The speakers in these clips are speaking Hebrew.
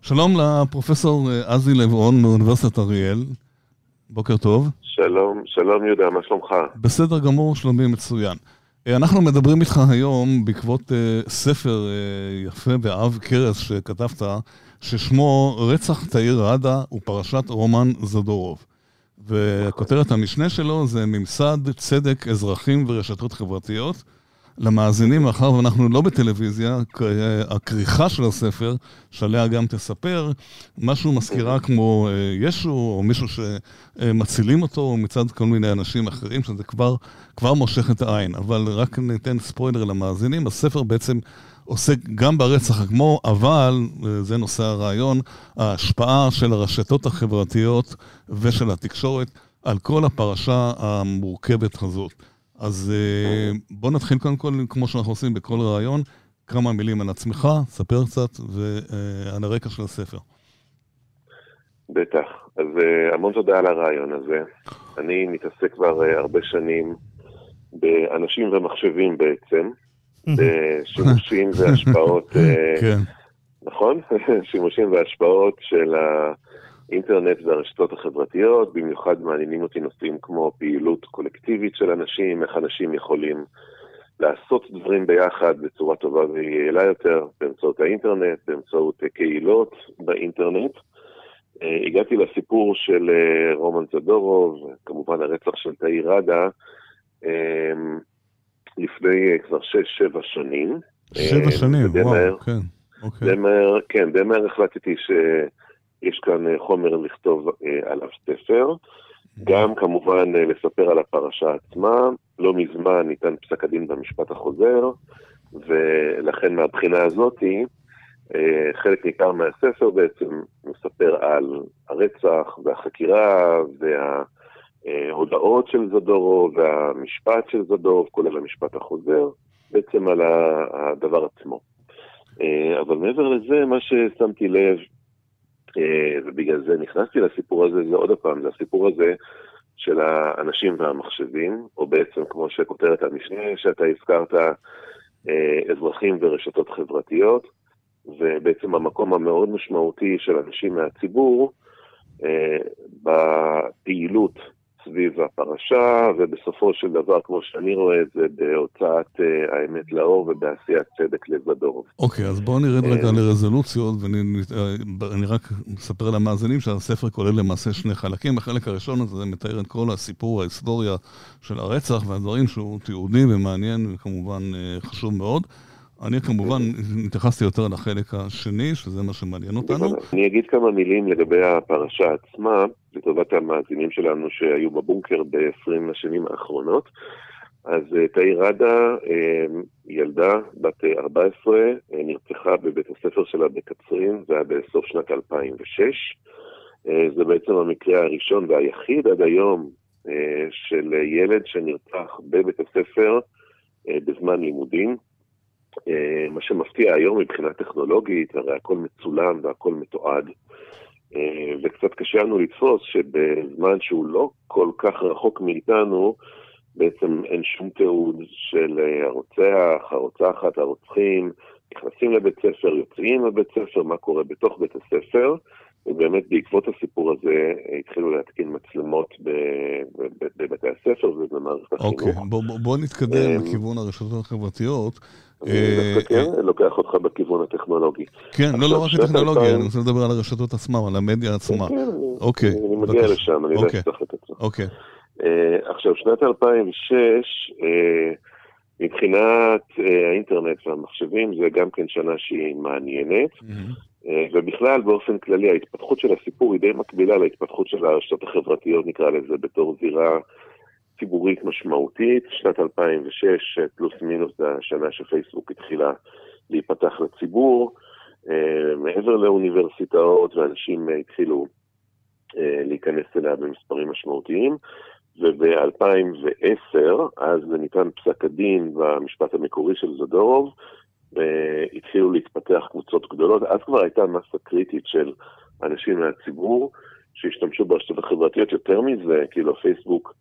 שלום לפרופסור עזי לברון מאוניברסיטת אריאל. בוקר טוב. שלום יהודה, מה שלומך? בסדר גמור, שלומי מצוין. אנחנו מדברים איתך היום בעקבות ספר יפה ועב כרס שכתבת, ששמו רצח תאיר ראדה ופרשת רומן זדורוב. וכותרת המשנה שלו זה ממסד צדק אזרחים ורשתות חברתיות. למאזינים, מאחר ואנחנו לא בטלוויזיה, הכריכה של הספר, שעליה גם תספר, משהו מזכירה כמו ישו, או מישהו שמצילים אותו מצד כל מיני אנשים אחרים, שזה כבר מושך את העין. אבל רק ניתן ספוילר למאזינים, הספר בעצם עוסק גם ברצח כמו, אבל, זה נושא הרעיון, ההשפעה של הרשתות החברתיות ושל התקשורת על כל הפרשה המורכבת הזאת. אז בוא נתחיל קודם כל, כמו שאנחנו עושים בכל רעיון, כמה מילים על עצמך, ספר קצת, ועל הרקע של הספר. בטח. אז המון תודה על הרעיון הזה. אני מתעסק כבר הרבה שנים באנשים ומחשבים בעצם, בשימושים והשפעות, נכון? שימושים והשפעות של האינטרנט והרשתות החברתיות, במיוחד מעניינים אותי נושאים כמו פעילות קולקטיבית של אנשים, איך אנשים יכולים לעשות דברים ביחד בצורה טובה ויעילה יותר, באמצעות האינטרנט, באמצעות קהילות באינטרנט. הגעתי לסיפור של רומן זדורוב, כמובן הרצח של תאיר ראדה, לפני כבר 6-7 שנים. 7 שנים, וואו, כן. כן, די מהר החלטתי שיש כאן חומר לכתוב עליו ספר, גם כמובן לספר על הפרשה עצמה. לא מזמן ניתן פסק הדין במשפט החוזר, ולכן מהבחינה הזאת, חלק ניכר מהספר בעצם מספר על הרצח והחקירה וההודעות של זדורוב והמשפט של זדורוב, כולל המשפט החוזר, בעצם על הדבר עצמו. אבל מעבר לזה, מה ששמתי לב, ובגלל זה נכנסתי לסיפור הזה, זה עוד הפעם, זה הסיפור הזה של האנשים והמחשבים, או בעצם כמו שכותרת המשנה שאתה הזכרת, אזרחים ורשתות חברתיות, ובעצם המקום המאוד משמעותי של אנשים מהציבור, בפעילות סביב הפרשה, ובסופו של דבר, כמו שאני רואה את זה, בהוצאת האמת לאור ובעשיית צדק לזדורוב. אוקיי, אז בואו נרד רגע לרזולוציות, ואני רק מספר למאזינים שהספר כולל למעשה 2 חלקים. החלק הראשון הזה מתאר את כל הסיפור, ההיסטוריה של הרצח והדברים שהוא תיעודי ומעניין וכמובן חשוב מאוד. אני כמובן התייחסתי יותר לחלק השני, שזה מה שמעניין אותנו. אני אגיד כמה מילים לגבי הפרשה עצמה, לטובת המאזינים שלנו שהיו בבונקר ב-20 השנים האחרונות. אז תאיר ראדה, ילדה בת 14, נרצחה בבית הספר שלה בקצרין, זה היה בסוף שנת 2006. זה בעצם המקרה הראשון והיחיד עד היום של ילד שנרצח בבית הספר בזמן לימודים. מה שמפתיע היום מבחינה טכנולוגית, הרי הכל מצולם והכל מתועד, וקצת קשה לנו לתפוס שבזמן שהוא לא כל כך רחוק מאיתנו, בעצם אין שום תיעוד של הרוצח, הרוצחת, הרוצחים, נכנסים לבית ספר, יוצאים לבית ספר, מה קורה בתוך בית הספר, ובאמת בעקבות הסיפור הזה התחילו להתקין מצלמות בבתי הספר ובמערכת החינוך. אוקיי, בוא נתקדם בכיוון הרשתות החברתיות. כן, לוקח אותך בכיוון הטכנולוגי. כן, לא רק הטכנולוגיה, אני רוצה לדבר על הרשתות עצמם, על המדיה עצמה. כן, אני מגיע לשם, אני לא אצטרך את עצמם. אוקיי. עכשיו, שנת 2006, מבחינת האינטרנט והמחשבים, זה גם כן שנה שהיא מעניינת, ובכלל באופן כללי ההתפתחות של הסיפור היא די מקבילה להתפתחות של הרשתות החברתיות, נקרא לזה, בתור זירה ציבורית משמעותית. שנת 2006 פלוס מינוס זה השנה שפייסבוק התחילה להיפתח לציבור, מעבר לאוניברסיטאות ואנשים התחילו להיכנס אליה במספרים משמעותיים, וב-2010 אז ניתן פסק הדין במשפט המקורי של זדורוב, והתחילו להתפתח קבוצות גדולות. אז כבר הייתה מסה קריטית של אנשים מהציבור שהשתמשו ברשתות החברתיות. יותר מזה, כאילו פייסבוק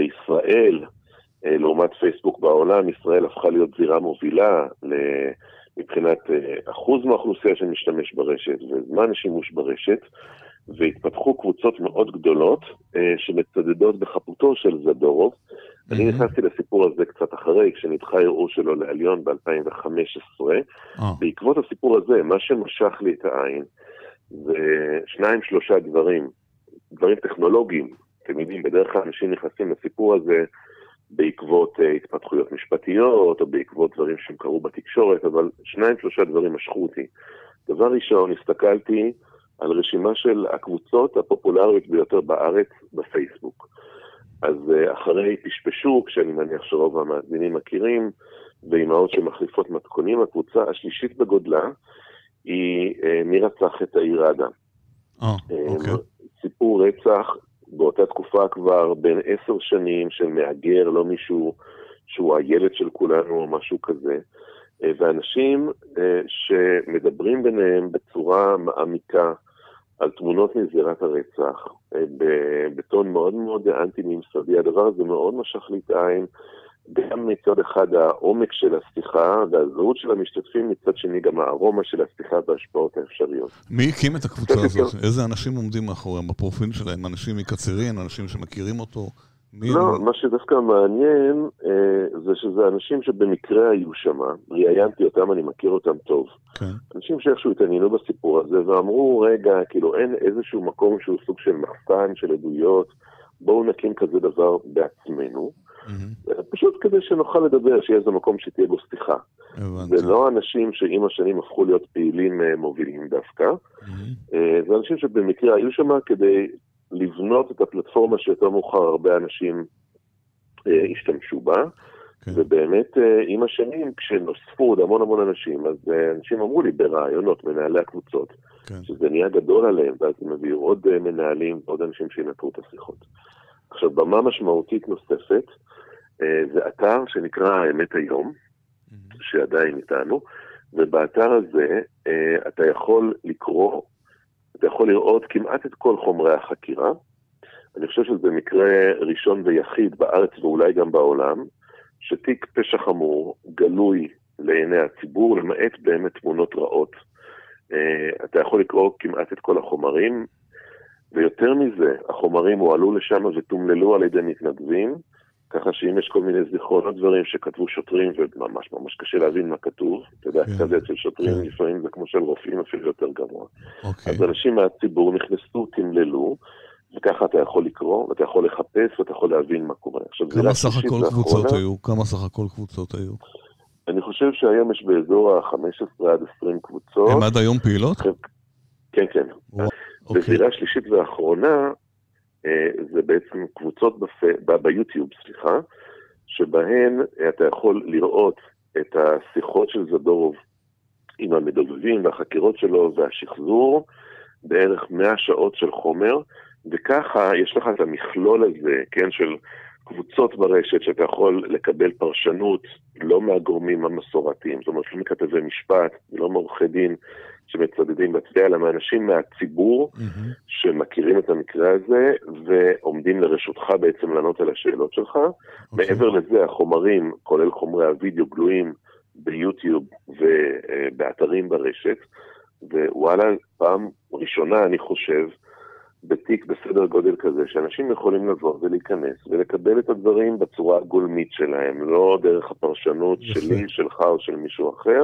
בישראל, לעומת פייסבוק בעולם, ישראל הפכה להיות זירה מובילה מבחינת אחוז מהאוכלוסייה שמשתמש ברשת וזמן השימוש ברשת, והתפתחו קבוצות מאוד גדולות שמצדדות בחפותו של זדורוב. אני נכנסתי לסיפור הזה קצת אחרי, כשנדחה הערעור שלו לעליון ב-2015. בעקבות הסיפור הזה, מה שמשך לי את העין, זה 2-3 דברים טכנולוגיים. אתם יודעים, בדרך כלל אנשים נכנסים לסיפור הזה בעקבות התפתחויות משפטיות, או בעקבות דברים שהם קרו בתקשורת, אבל 2-3 דברים משכו אותי. דבר ראשון, הסתכלתי על רשימה של הקבוצות הפופולריות ביותר בארץ בפייסבוק. אז אחרי פשפשו, כשאני מניח שרוב המאזינים מכירים, ואימהות שמחליפות מתכונים, הקבוצה השלישית בגודלה היא מי רצח את העיר עדה. אוקיי. סיפור רצח באותה תקופה כבר בין 10 שנים של מאגר, לא מישהו שהוא הילד של כולנו או משהו כזה, ואנשים שמדברים ביניהם בצורה מעמיקה על תמונות מזירת הרצח, בטון מאוד מאוד אנטי-ממסדי. הדבר הזה מאוד משך לי את העין, גם מצד אחד העומק של השיחה והזהות של המשתתפים, מצד שני גם הארומה של השיחה וההשפעות האפשריות. מי הקים את הקבוצה הזאת? איזה אנשים עומדים מאחוריהם בפרופיל שלהם? אנשים מקצרין, אנשים שמכירים אותו? לא, מה שדווקא מעניין זה שזה אנשים שבמקרה היו שם, ראיינתי אותם, אני מכיר אותם טוב. אנשים שאיכשהו התעניינו בסיפור הזה ואמרו, רגע, כאילו אין איזשהו מקום שהוא סוג של מחסן, של עדויות, בואו נקים כזה דבר בעצמנו. פשוט כדי שנוכל לדבר, שיהיה איזה מקום שתהיה בו שיחה. זה לא אנשים שעם השנים הפכו להיות פעילים מובילים דווקא, זה אנשים שבמקרה היו שם כדי לבנות את הפלטפורמה שיותר מאוחר הרבה אנשים השתמשו בה, ובאמת עם השנים כשנוספו עוד המון אנשים, אז אנשים אמרו לי ברעיונות, מנהלי הקבוצות, שזה נהיה גדול עליהם, ואז הם הביאו עוד מנהלים, עוד אנשים שינקרו את השיחות. עכשיו, במה משמעותית נוספת, זה אתר שנקרא האמת היום, שעדיין איתנו, ובאתר הזה אתה יכול לקרוא, אתה יכול לראות כמעט את כל חומרי החקירה. אני חושב שזה מקרה ראשון ויחיד בארץ ואולי גם בעולם, שתיק פשע חמור גלוי לעיני הציבור, למעט באמת תמונות רעות. אתה יכול לקרוא כמעט את כל החומרים, ויותר מזה, החומרים הועלו לשם ותומללו על ידי מתנדבים, ככה שאם יש כל מיני זיכרונות דברים שכתבו שוטרים, וממש ממש קשה להבין מה כתוב, אתה יודע, כזה אצל שוטרים לפעמים זה כמו של רופאים אפילו יותר גבוה. אז אנשים מהציבור נכנסו, תמללו, וככה אתה יכול לקרוא, ואתה יכול לחפש, ואתה יכול להבין מה קורה. כמה סך הכל קבוצות היו? כמה סך הכל קבוצות היו? אני חושב שהיום יש באזור ה-15 עד 20 קבוצות. הם עד היום פעילות? כן, כן. בזירה השלישית והאחרונה, זה בעצם קבוצות ביוטיוב, שבהן אתה יכול לראות את השיחות של זדורוב עם המדובבים והחקירות שלו והשחזור, בערך 100 שעות של חומר, וככה יש לך את המכלול הזה, כן, של קבוצות ברשת שאתה יכול לקבל פרשנות לא מהגורמים המסורתיים, זאת אומרת, לא מכתבי משפט, לא מעורכי דין שמצדדים בתביעה, אלא מאנשים מהציבור שמכירים את המקרה הזה ועומדים לרשותך בעצם לענות על השאלות שלך. מעבר לזה, החומרים, כולל חומרי הוידאו גלויים ביוטיוב ובאתרים ברשת, ווואלה, פעם ראשונה אני חושב, בתיק בסדר גודל כזה, שאנשים יכולים לבוא ולהיכנס ולקבל את הדברים בצורה הגולמית שלהם, לא דרך הפרשנות שלי, שלך או של מישהו אחר,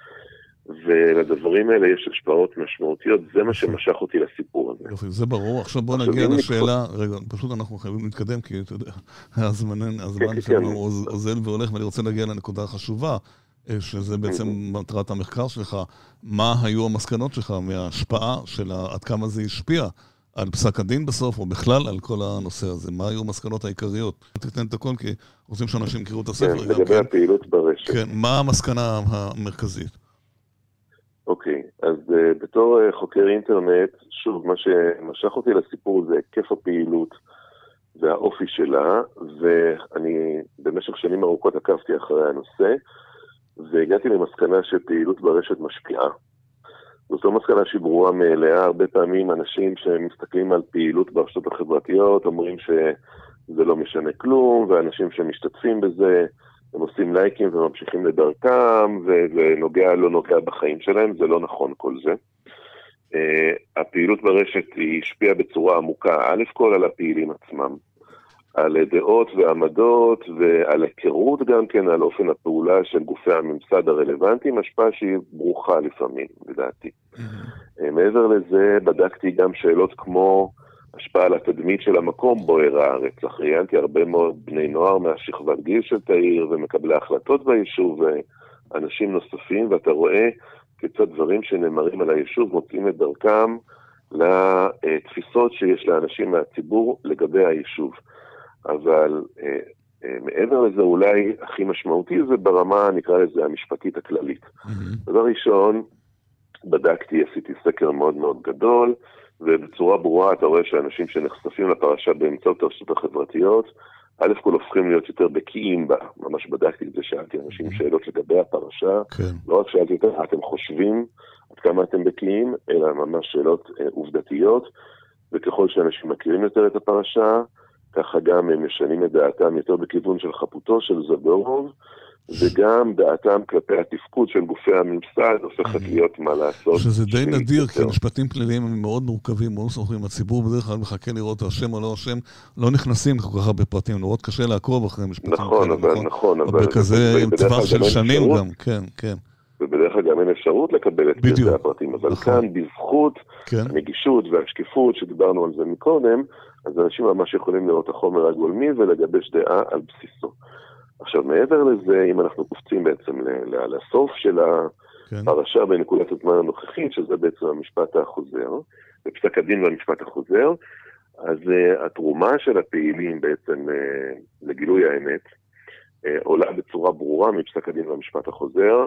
ולדברים האלה יש השפעות משמעותיות, זה מה שמשך אותי לסיפור הזה. יופי, זה ברור. עכשיו בוא נגיע לשאלה, רגע, פשוט אנחנו חייבים להתקדם, כי אתה יודע, הזמן שלנו עוזל והולך, ואני רוצה להגיע לנקודה החשובה, שזה בעצם מטרת המחקר שלך. מה היו המסקנות שלך מההשפעה של עד כמה זה השפיע על פסק הדין בסוף, או בכלל על כל הנושא הזה? מה היו המסקנות העיקריות? תתן את הכל, כי רוצים שאנשים יקראו את הספר. כן, לגבי הפעילות ברשת. כן, מה המסקנה המרכזית? אוקיי, אז בתור חוקר אינטרנט, שוב, מה שמשך אותי לסיפור זה היקף הפעילות והאופי שלה, ואני במשך שנים ארוכות עקבתי אחרי הנושא, והגעתי למסקנה שפעילות ברשת משפיעה. זאת לא מסקנה שהיא ברורה מאליה, הרבה פעמים אנשים שמסתכלים על פעילות ברשתות החברתיות אומרים שזה לא משנה כלום, ואנשים שמשתתפים בזה הם עושים לייקים וממשיכים לדרכם, ונוגע לא נוגע בחיים שלהם, זה לא נכון כל זה. הפעילות ברשת היא השפיעה בצורה עמוקה, א' כל על הפעילים עצמם, על דעות ועמדות ועל היכרות גם כן, על אופן הפעולה של גופי הממסד הרלוונטיים, השפעה שהיא ברוכה לפעמים, לדעתי. מעבר לזה, בדקתי גם שאלות כמו השפעה על התדמית של המקום בו אירע הרצח. ראיינתי הרבה מאוד בני נוער מהשכבת גיל של תאיר ומקבלי החלטות ביישוב ואנשים נוספים, ואתה רואה כיצד דברים שנאמרים על היישוב מוצאים את דרכם לתפיסות שיש לאנשים מהציבור לגבי היישוב. אבל מעבר לזה אולי הכי משמעותי זה ברמה, נקרא לזה, המשפטית הכללית. דבר ראשון, עשיתי סקר מאוד מאוד גדול, ובצורה ברורה אתה רואה שאנשים שנחשפים לפרשה באמצעות הרשתות החברתיות, א' כל הופכים להיות יותר בקיאים בה, ממש בדקתי את זה, שאלתי אנשים שאלות לגבי הפרשה, לא רק שאלתי יותר, אתם חושבים עד כמה אתם בקיאים, אלא ממש שאלות עובדתיות, וככל שאנשים מכירים יותר את הפרשה, ככה גם הם משנים את דעתם יותר בכיוון של חפותו של זדורוב, וגם דעתם כלפי התפקוד של גופי הממסד הופכת להיות מה לעשות. שזה די נדיר, כי משפטים פליליים הם מאוד מורכבים, מאוד סוחרים. הציבור בדרך כלל מחכה לראות השם או לא השם, לא נכנסים כל כך הרבה פרטים, מאוד קשה לעקוב אחרי משפטים. נכון, אבל בכזה טווח של שנים גם, כן. ובדרך כלל גם אין אפשרות לקבל את פרטי הפרטים, אבל כאן בזכות הנגישות והשקיפות שדיברנו על זה מקודם, אז אנשים ממש יכולים לראות החומר הגולמי ולגבש דעה על בסיסו. עכשיו, מעבר לזה, אם אנחנו קופצים בעצם לסוף של הפרשה בנקודת הזמן הנוכחית, שזה בעצם המשפט החוזר, בפסק הדין והמשפט החוזר, אז התרומה של הפעילים בעצם לגילוי האמת, עולה בצורה ברורה מפסק הדין והמשפט החוזר.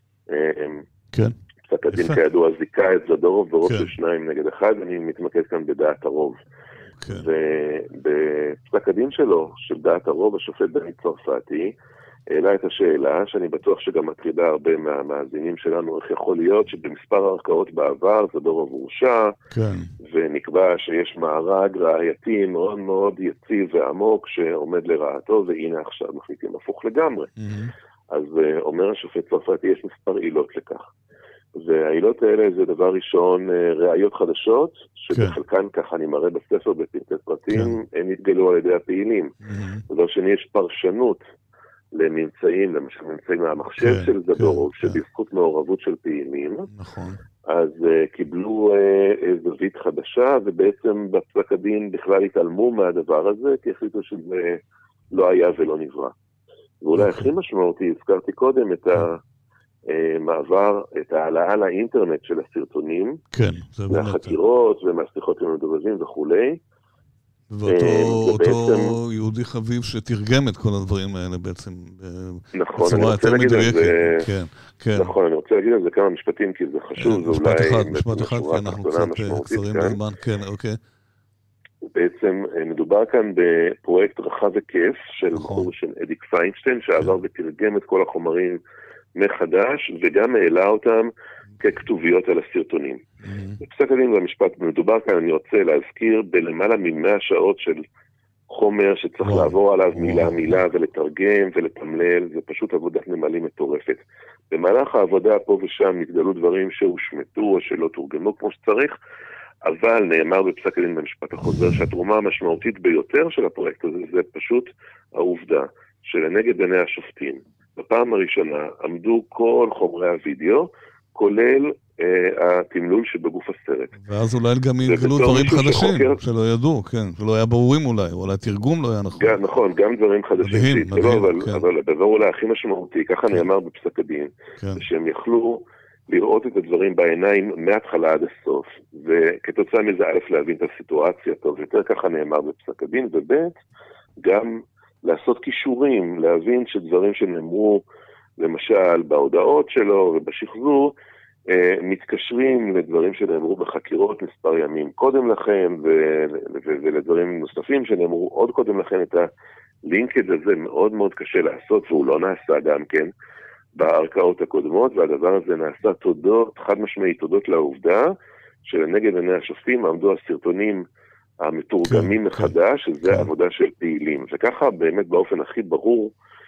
כן. פסק הדין כידוע זיקה את זדורוב ברוב של 2-1, אני מתמקד כאן בדעת הרוב. ובפסק הדין שלו, של דעת הרוב, השופט בני צרפתי, העלה את השאלה, שאני בטוח שגם מטרידה הרבה מהמאזינים שלנו, איך יכול להיות שבמספר הערכאות בעבר, זדורוב הורשע, ונקבע שיש מארג ראייתי מאוד מאוד יציב ועמוק, שעומד לרעתו, והנה עכשיו מחליטים הפוך לגמרי. אז אומר השופט צרפתי, יש מספר עילות לכך. והעילות האלה זה דבר ראשון, ראיות חדשות, שבחלקן ככה אני מראה בספר בפרטי פרטים, הם התגלו על ידי הפעילים. דבר שני, יש פרשנות לממצאים, למשל ממצאים מהמחשב של זדורוב, שבזכות מעורבות של פעילים, אז קיבלו זווית חדשה, ובעצם בפסק הדין בכלל התעלמו מהדבר הזה, כי החליטו שזה לא היה ולא נברא. ואולי הכי משמעותי, הזכרתי קודם את המעבר, את העלאה לאינטרנט של הסרטונים, מהחקירות ומהשיחות עם המדובבים וכולי. ואותו יהודי חביב שתרגם את כל הדברים האלה בעצם בצורה יותר מדויקת. נכון, אני רוצה להגיד על זה כמה משפטים, כי זה חשוב, זה אולי משפט אחד, כי אנחנו קצת קצרים בזמן, כן, אוקיי. בעצם מדובר כאן בפרויקט רחב היקף של בחור של אדיק פיינשטיין, שעבר ותרגם את כל החומרים מחדש, וגם העלה אותם ככתוביות על הסרטונים. בפסק הדין והמשפט מדובר כאן, אני רוצה להזכיר, בלמעלה מ100 שעות של חומר שצריך לעבור עליו מילה ולתרגם ולתמלל, זה פשוט עבודת נמלים מטורפת. במהלך העבודה פה ושם נתגלו דברים שהושמטו או שלא תורגמו כמו שצריך, אבל נאמר בפסק הדין במשפט החוזר שהתרומה המשמעותית ביותר של הפרויקט הזה זה פשוט העובדה שלנגד עיני השופטים בפעם הראשונה עמדו כל חומרי הוידאו, כולל התמלול שבגוף הסרט. ואז אולי גם יגלו דברים חדשים שלא ידעו, כן, שלא היה ברורים אולי התרגום לא היה נכון. נכון, גם דברים חדשים שהתגלו, אבל הדבר אולי הכי משמעותי, ככה נאמר בפסק הדין, שהם יכלו לראות את הדברים בעיניים מההתחלה עד הסוף, וכתוצאה מזה א' להבין את הסיטואציה טוב יותר, ככה נאמר בפסק הדין, וב' גם לעשות קישורים, להבין שדברים שנאמרו למשל בהודעות שלו ובשחזור, מתקשרים לדברים שנאמרו בחקירות מספר ימים קודם לכן, ולדברים נוספים שנאמרו עוד קודם לכן. את הלינקד הזה מאוד מאוד קשה לעשות, והוא לא נעשה גם כן בערכאות הקודמות, והדבר הזה נעשה תודות, חד משמעית תודות לעובדה, שלנגד עיני השופטים עמדו הסרטונים המתורגמים מחדש, שזה עבודה של פעילים. וככה באמת באופן הכי ברור,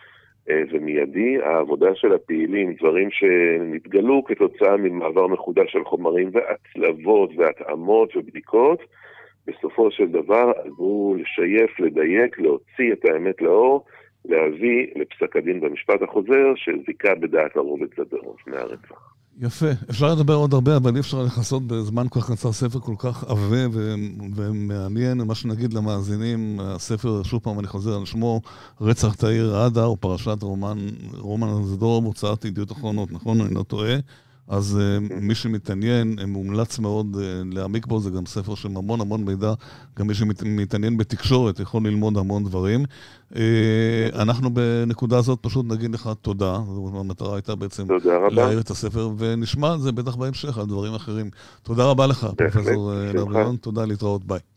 ומיידי. העבודה של הפעילים, דברים שנתגלו כתוצאה ממעבר מחודש של חומרים והצלבות והתאמות ובדיקות, בסופו של דבר עברו לשייף, לדייק, להוציא את האמת לאור, להביא לפסק הדין במשפט החוזר שזיקה בדעת הרוב את זדורוב מהרצח. יפה. אפשר לדבר עוד הרבה, אבל אי אפשר לחסות בזמן כל כך קצר ספר כל כך עבה ומעניין. מה שנגיד למאזינים, הספר, שוב פעם אני חוזר על שמו, רצח תאיר ראדה, או פרשת רומן זדורוב, הוצאת ידיעות אחרונות, נכון? אני לא טועה. אז מי שמתעניין, מומלץ מאוד להעמיק בו, זה גם ספר של המון מידע, גם מי שמתעניין בתקשורת יכול ללמוד המון דברים. אנחנו בנקודה הזאת פשוט נגיד לך תודה, המטרה הייתה בעצם להעיר את הספר, ונשמע את זה בטח בהמשך על דברים אחרים. תודה רבה לך, פרופסור לב-רון, תודה, להתראות, ביי.